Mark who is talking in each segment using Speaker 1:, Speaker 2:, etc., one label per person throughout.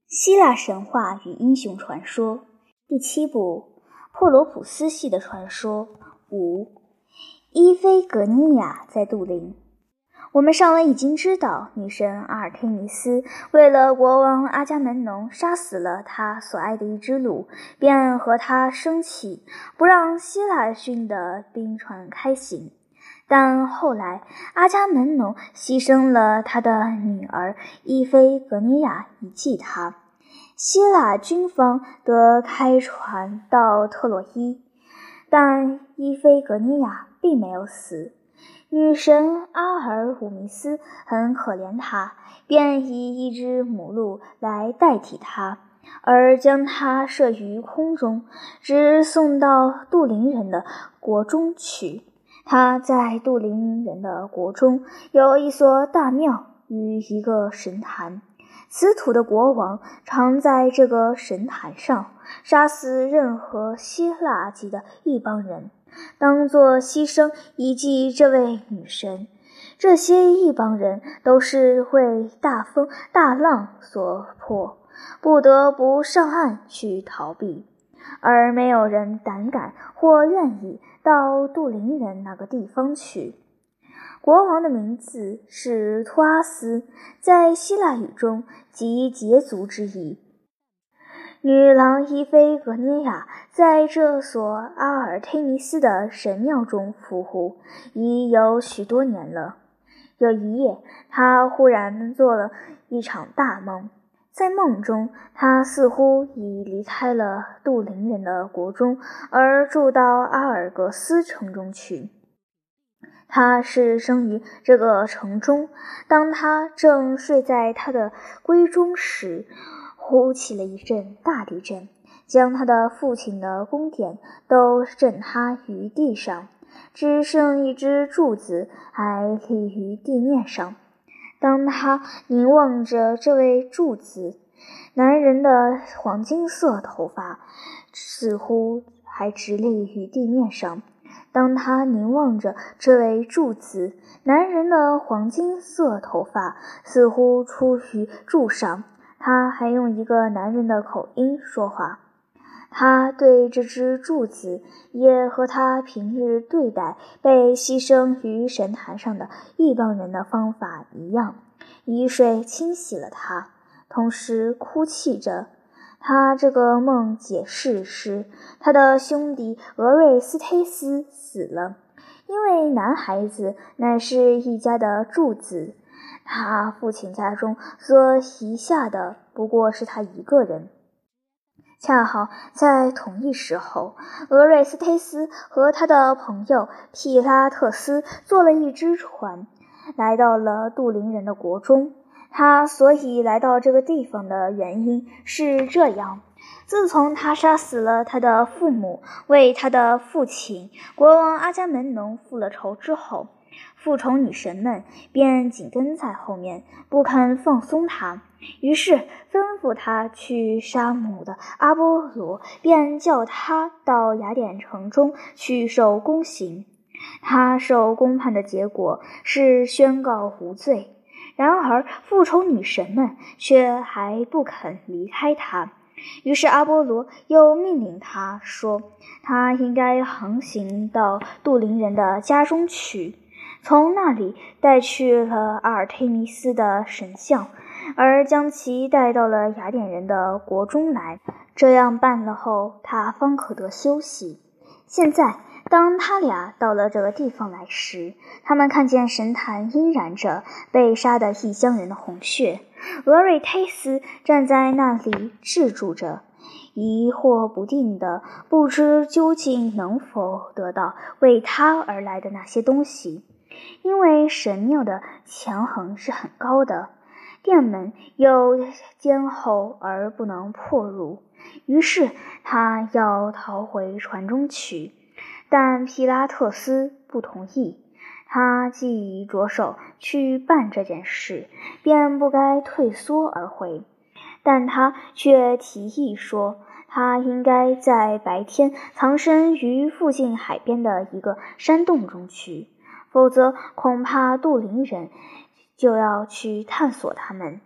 Speaker 1: 希腊神话与英雄传说第7部珀罗普斯系的传说5伊菲格尼亚在杜林。我们上文已经知道，女神阿尔忒弥斯为了国王阿伽门农杀死了他所爱的一只鹿，便和他生气，不让希腊军的兵船开行。但后来阿伽门农牺牲了他的女儿伊菲格尼亚以祭他，希腊军方得开船到特洛伊，但伊菲格尼亚并没有死。女神阿尔忤弥斯很可怜她，便以一只母鹿来代替她，而将它射于空中，直送到杜林人的国中去。他在杜林人的国中有一所大庙与一个神坛，此土的国王常在这个神坛上杀死任何希腊籍的异邦人，当作牺牲以祭这位女神。这些异邦人都是为大风大浪所迫，不得不上岸去逃避，而没有人胆敢或愿意到杜林人那个地方去。国王的名字是托阿斯，在希腊语中即羯族之意。女郎伊菲格涅亚在这所阿尔忒弥斯的神庙中伏虎已有许多年了。有一夜，她忽然做了一场大梦，在梦中，她似乎已离开了杜林人的国中，而住到阿尔格斯城中去。她是生于这个城中，当她正睡在她的闺中时，忽起了一阵大地震，将她的父亲的宫殿都震塌于地上，只剩一只柱子还立于地面上。当他凝望着这位柱子，男人的黄金色头发似乎还直立于地面上。当他凝望着这位柱子，男人的黄金色头发似乎出于柱上。他还用一个男人的口音说话。他对这只柱子也和他平日对待被牺牲于神坛上的异邦人的方法一样，雨水清洗了他，同时哭泣着。他这个梦解释是，他的兄弟俄瑞斯忒斯死了，因为男孩子乃是一家的柱子，他父亲家中所遗下的不过是他一个人。恰好在同一时候，俄瑞斯忒斯和他的朋友皮拉特斯坐了一只船，来到了杜林人的国中。他所以来到这个地方的原因是这样：自从他杀死了他的父母，为他的父亲国王阿伽门农复了仇之后，复仇女神们便紧跟在后面，不肯放松他。于是吩咐他去杀母的阿波罗，便叫他到雅典城中去受宫刑。他受公判的结果是宣告无罪，然而复仇女神们却还不肯离开他。于是阿波罗又命令他说，他应该航行到杜林人的家中去，从那里带去了阿尔忒弥斯的神像，而将其带到了雅典人的国中来。这样办了后，他方可得休息。现在当他俩到了这个地方来时，他们看见神坛阴燃着被杀的异乡人的红血，俄瑞忒斯站在那里滞住着，疑惑不定的不知究竟能否得到为他而来的那些东西。因为神庙的墙横是很高的，殿门又坚厚而不能破入，于是他要逃回船中去。但皮拉特斯不同意，他既已着手去办这件事，便不该退缩而回。但他却提议说，他应该在白天藏身于附近海边的一个山洞中去，否则恐怕杜林人就要去探索他们。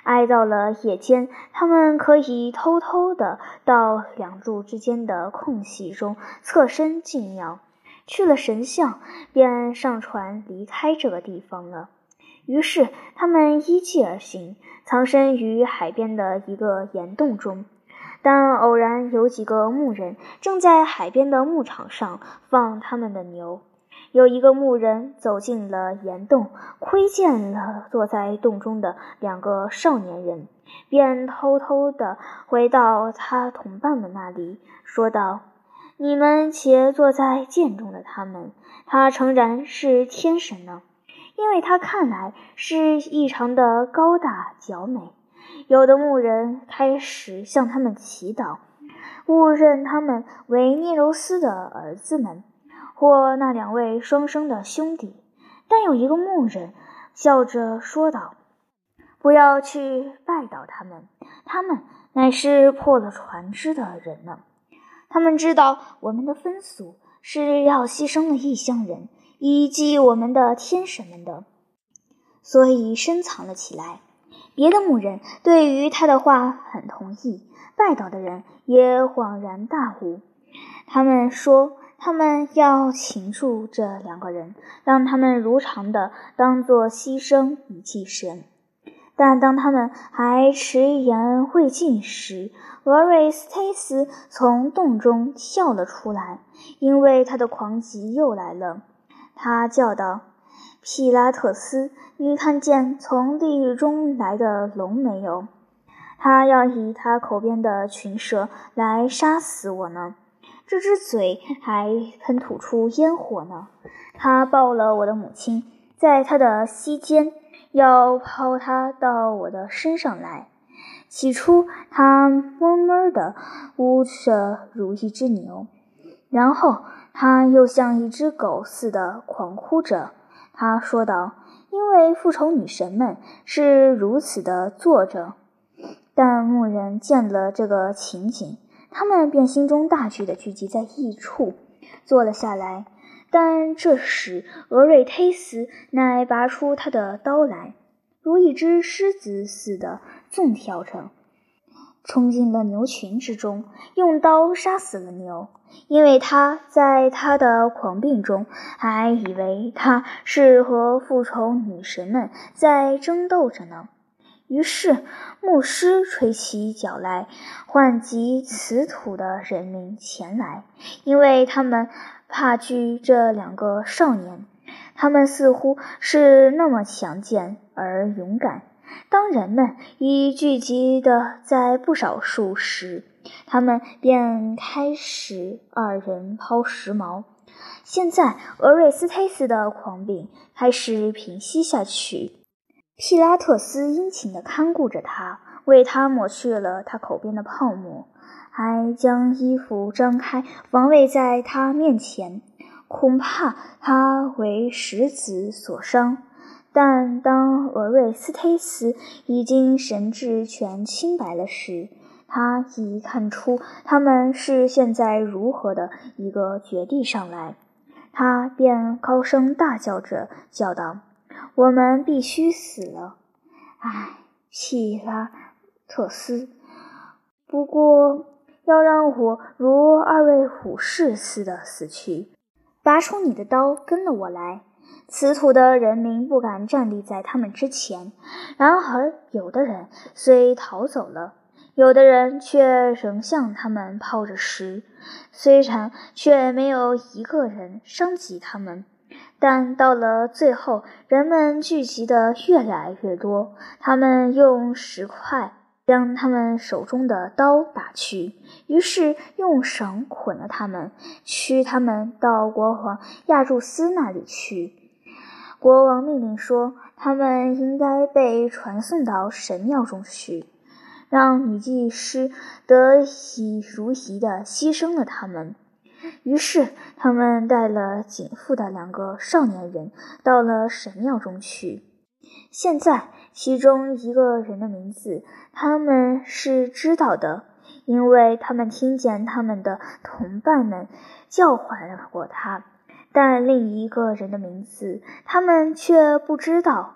Speaker 1: 挨到了夜间，他们可以偷偷地到两柱之间的空隙中侧身进庙，去了神像，便上船离开这个地方了。于是他们依计而行，藏身于海边的一个岩洞中。但偶然有几个牧人正在海边的牧场上放他们的牛。有一个牧人走进了岩洞，窥见了坐在洞中的两个少年人，便偷偷地回到他同伴们那里，说道：“你们且坐在剑中的他们，他诚然是天神呢，因为他看来是异常的高大娇美。”有的牧人开始向他们祈祷，误认他们为聂柔斯的儿子们，或那两位双生的兄弟。但有一个牧人笑着说道：“不要去拜倒他们，他们乃是破了船只的人呢。他们知道我们的风俗是要牺牲了异乡人，以祭我们的天神们的，所以深藏了起来。”别的牧人对于他的话很同意，拜倒的人也恍然大悟。他们说他们要擒住这两个人，让他们如常的当作牺牲以祭神。但当他们还迟言未尽时，俄瑞斯忒斯从洞中跳了出来，因为他的狂疾又来了。他叫道：“皮拉特斯，你看见从地狱中来的龙没有？他要以他口边的群蛇来杀死我呢。这只嘴还喷吐出烟火呢。他抱了我的母亲，在他的膝间，要抛他到我的身上来。起初他闷闷地呜着如一只牛，然后他又像一只狗似的狂呼着。他说道：“因为复仇女神们是如此的坐着。”但牧人见了这个情景，他们便心中大惧地聚集在一处，坐了下来。但这时俄瑞忒斯乃拔出他的刀来，如一只狮子似的纵跳着，冲进了牛群之中，用刀杀死了牛。因为他在他的狂病中还以为他是和复仇女神们在争斗着呢。于是牧师吹起角来，唤集此土的人民前来，因为他们怕惧这两个少年。他们似乎是那么强健而勇敢。当人们已聚集的在不少数时，他们便开始二人抛石矛。现在俄瑞斯忒斯的狂病开始平息下去，皮拉特斯殷勤地看顾着他，为他抹去了他口边的泡沫，还将衣服张开防卫在他面前，恐怕他为石子所伤。但当俄瑞斯忒斯已经神志全清白了时，他已看出他们是现在如何的一个绝地上来。他便高声大叫着叫道：“我们必须死了！唉，皮拉特斯，不过要让我如二位武士似的死去。拔出你的刀，跟了我来。”此土的人民不敢站立在他们之前，然而有的人虽逃走了，有的人却仍向他们抛着石，虽然却没有一个人伤及他们。但到了最后，人们聚集得越来越多，他们用石块将他们手中的刀打去，于是用绳捆了他们，驱他们到国王亚柱斯那里去。国王命令说，他们应该被传送到神庙中去，让女祭司得以如仪地牺牲了他们。于是他们带了紧缚的两个少年人到了神庙中去。现在其中一个人的名字他们是知道的，因为他们听见他们的同伴们叫唤过他。但另一个人的名字他们却不知道。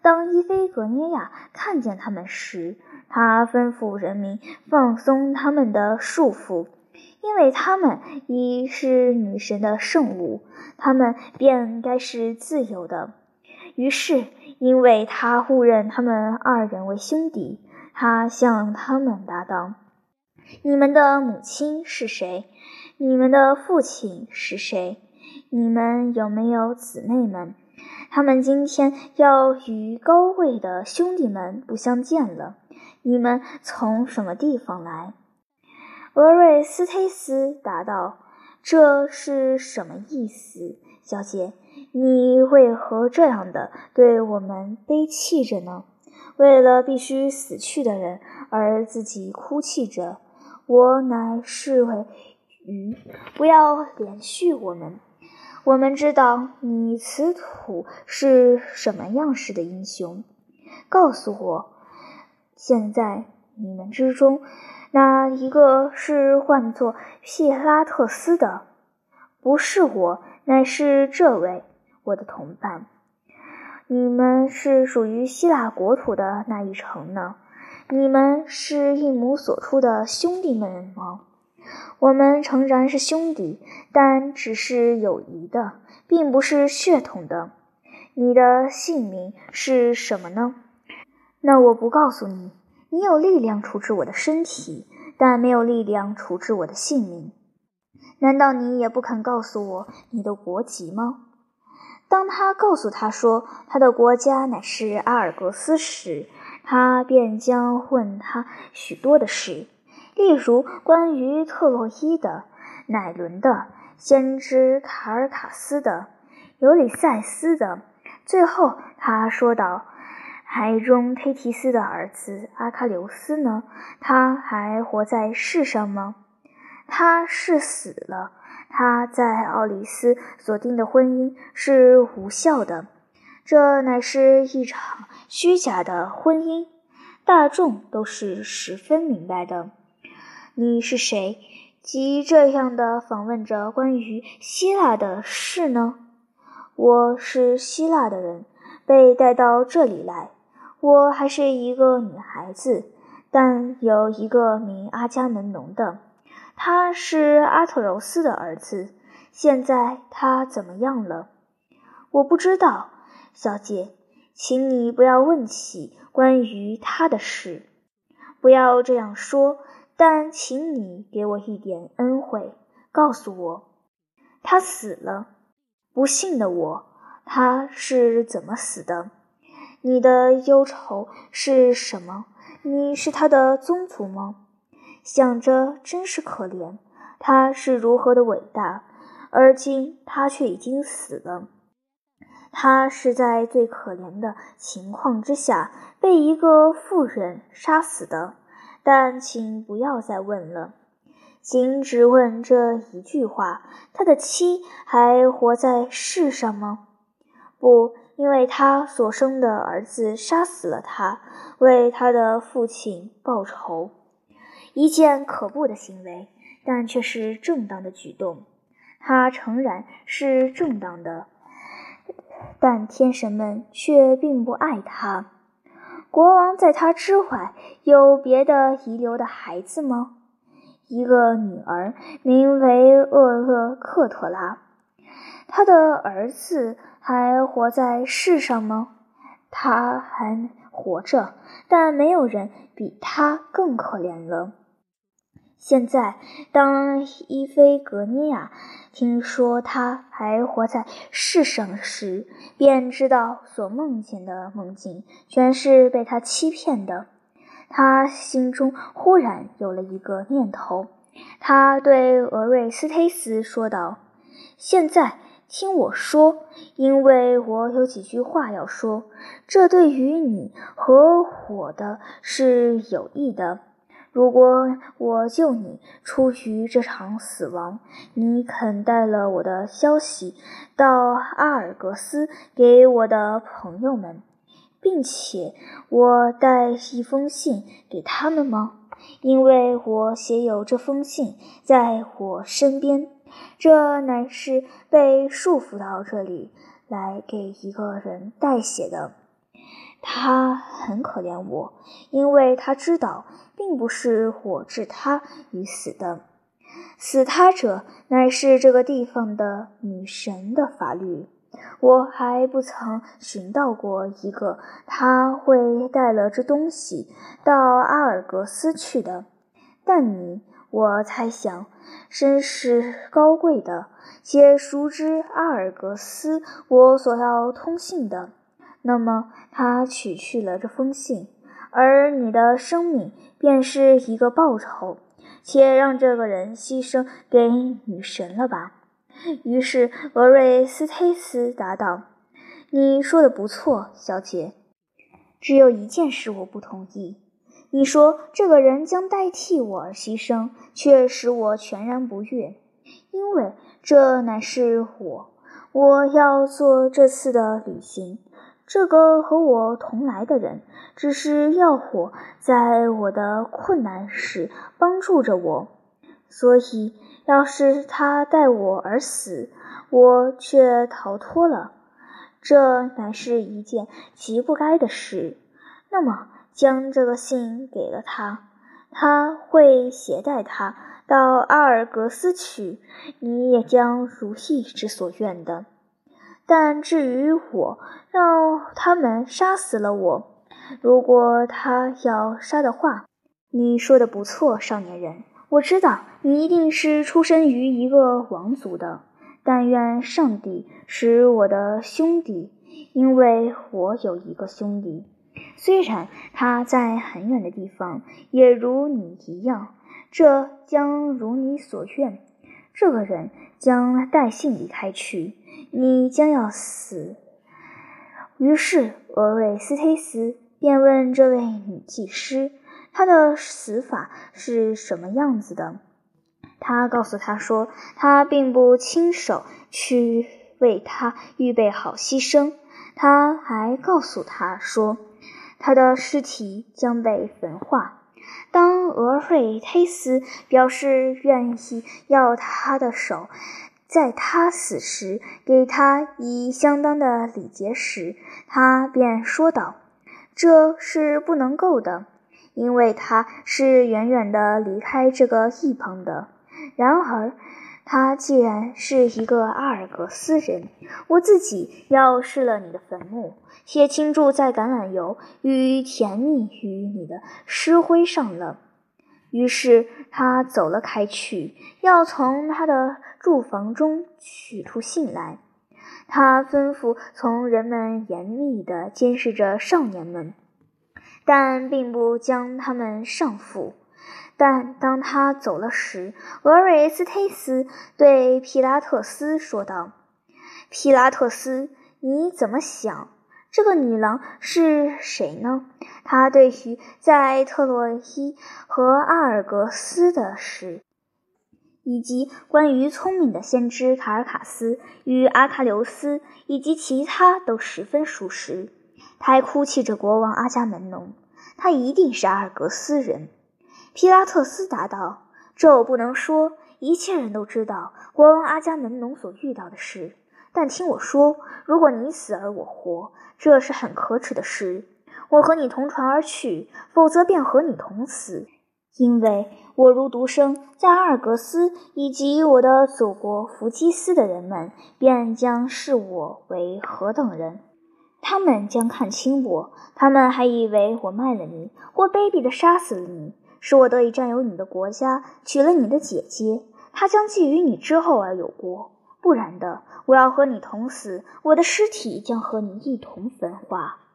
Speaker 1: 当伊菲格涅亚看见他们时，他吩咐人民放松他们的束缚，因为他们已是女神的圣物，他们便该是自由的。于是，因为他误认他们二人为兄弟，他向他们答道：你们的母亲是谁？你们的父亲是谁？你们有没有姊妹们？他们今天要与高贵的兄弟们不相见了。你们从什么地方来？俄瑞斯忒斯答道：这是什么意思，小姐？你为何这样的对我们悲泣着呢？为了必须死去的人而自己哭泣着，我乃是为鱼，不要连续我们。我们知道你此土是什么样式的英雄，告诉我，现在你们之中哪一个是唤作皮拉特斯的？不是我，乃是这位，我的同伴。你们是属于希腊国土的那一城呢？你们是一母所出的兄弟们吗？我们诚然是兄弟，但只是友谊的，并不是血统的。你的姓名是什么呢？那我不告诉你。你有力量处置我的身体，但没有力量处置我的性命。难道你也不肯告诉我你的国籍吗？当他告诉他说他的国家乃是阿尔戈斯时，他便将问他许多的事，例如关于特洛伊的、乃伦的、先知卡尔卡斯的、尤里塞斯的。最后他说道：海中忒提斯的儿子阿喀琉斯呢？他还活在世上吗？他是死了。他在奥里斯所定的婚姻是无效的，这乃是一场虚假的婚姻，大众都是十分明白的。你是谁？即这样的访问着关于希腊的事呢？我是希腊的人，被带到这里来。我还是一个女孩子，但有一个名阿伽门农的，他是阿特柔斯的儿子。现在他怎么样了？我不知道，小姐，请你不要问起关于他的事。不要这样说，但请你给我一点恩惠，告诉我，他死了。不幸的我，他是怎么死的？你的忧愁是什么？你是他的宗族吗？想着真是可怜，他是如何的伟大，而今他却已经死了。他是在最可怜的情况之下被一个妇人杀死的。但请不要再问了，请只问这一句话：他的妻还活在世上吗？不，因为他所生的儿子杀死了他，为他的父亲报仇。一件可怖的行为，但却是正当的举动。他诚然是正当的，但天神们却并不爱他。国王在他之外有别的遗留的孩子吗？一个女儿，名为厄勒克特拉。他的儿子还活在世上吗？他还活着，但没有人比他更可怜了。现在，当伊菲格涅亚听说他还活在世上时，便知道所梦见的梦境全是被他欺骗的。他心中忽然有了一个念头，他对俄瑞斯忒斯说道：现在听我说，因为我有几句话要说，这对于你和我的是有益的。如果我救你出于这场死亡，你肯带了我的消息到阿尔格斯给我的朋友们，并且我带一封信给他们吗？因为我写有这封信在我身边，这乃是被束缚到这里来给一个人代写的。 他很可怜我，因为他知道并不是我置他于死的，死他者乃是这个地方的女神的法律。我还不曾寻到过一个他会带了这东西到阿尔格斯去的，但你，我猜想，身世高贵的，且熟知阿尔格斯我所要通信的，那么他取去了这封信，而你的生命便是一个报酬，且让这个人牺牲给女神了吧。于是俄瑞斯忒斯答道：你说的不错，小姐，只有一件事我不同意。你说这个人将代替我而牺牲，却使我全然不悦，因为这乃是我要做这次的旅行。这个和我同来的人，只是要我在我的困难时帮助着我，所以要是他待我而死，我却逃脱了，这乃是一件极不该的事。那么将这个信给了他，他会携带他到阿尔格斯去，你也将如意之所愿的。但至于我，让他们杀死了我，如果他要杀的话，你说的不错，少年人，我知道你一定是出身于一个王族的，但愿上帝使我的兄弟，因为我有一个兄弟，虽然他在很远的地方，也如你一样，这将如你所愿。这个人将带信离开去，你将要死。于是俄瑞斯忒斯便问这位女祭司，她的死法是什么样子的。他告诉他说，他并不亲手去为他预备好牺牲。他还告诉他说，他的尸体将被焚化。当俄瑞忒斯表示愿意要他的手在他死时给他以相当的礼节时，他便说道，这是不能够的，因为他是远远地离开这个地方的。然而他既然是一个阿尔格斯人，我自己要试了你的坟墓，且倾注在橄榄油与甜蜜于你的尸灰上了。于是他走了开去，要从他的住房中取出信来。他吩咐从人们严密地监视着少年们，但并不将他们上缚。但当他走了时，俄瑞斯忒斯对皮拉特斯说道，皮拉特斯，你怎么想？这个女郎是谁呢？她对于在特洛伊和阿尔格斯的事，以及关于聪明的先知卡尔卡斯与阿喀琉斯以及其他都十分熟识。他还哭泣着国王阿伽门农，他一定是阿尔格斯人。皮拉特斯答道，这我不能说，一切人都知道国王阿伽门农所遇到的事，但听我说，如果你死而我活，这是很可耻的事。我和你同船而去，否则便和你同死，因为我如独生，在阿尔格斯以及我的祖国弗基斯的人们便将视我为何等人。他们将看清我，他们还以为我卖了你，或卑鄙地杀死了你，使我得以占有你的国家，娶了你的姐姐，她将觊觎你之后而有国。不然的，我要和你同死，我的尸体将和你一同焚化。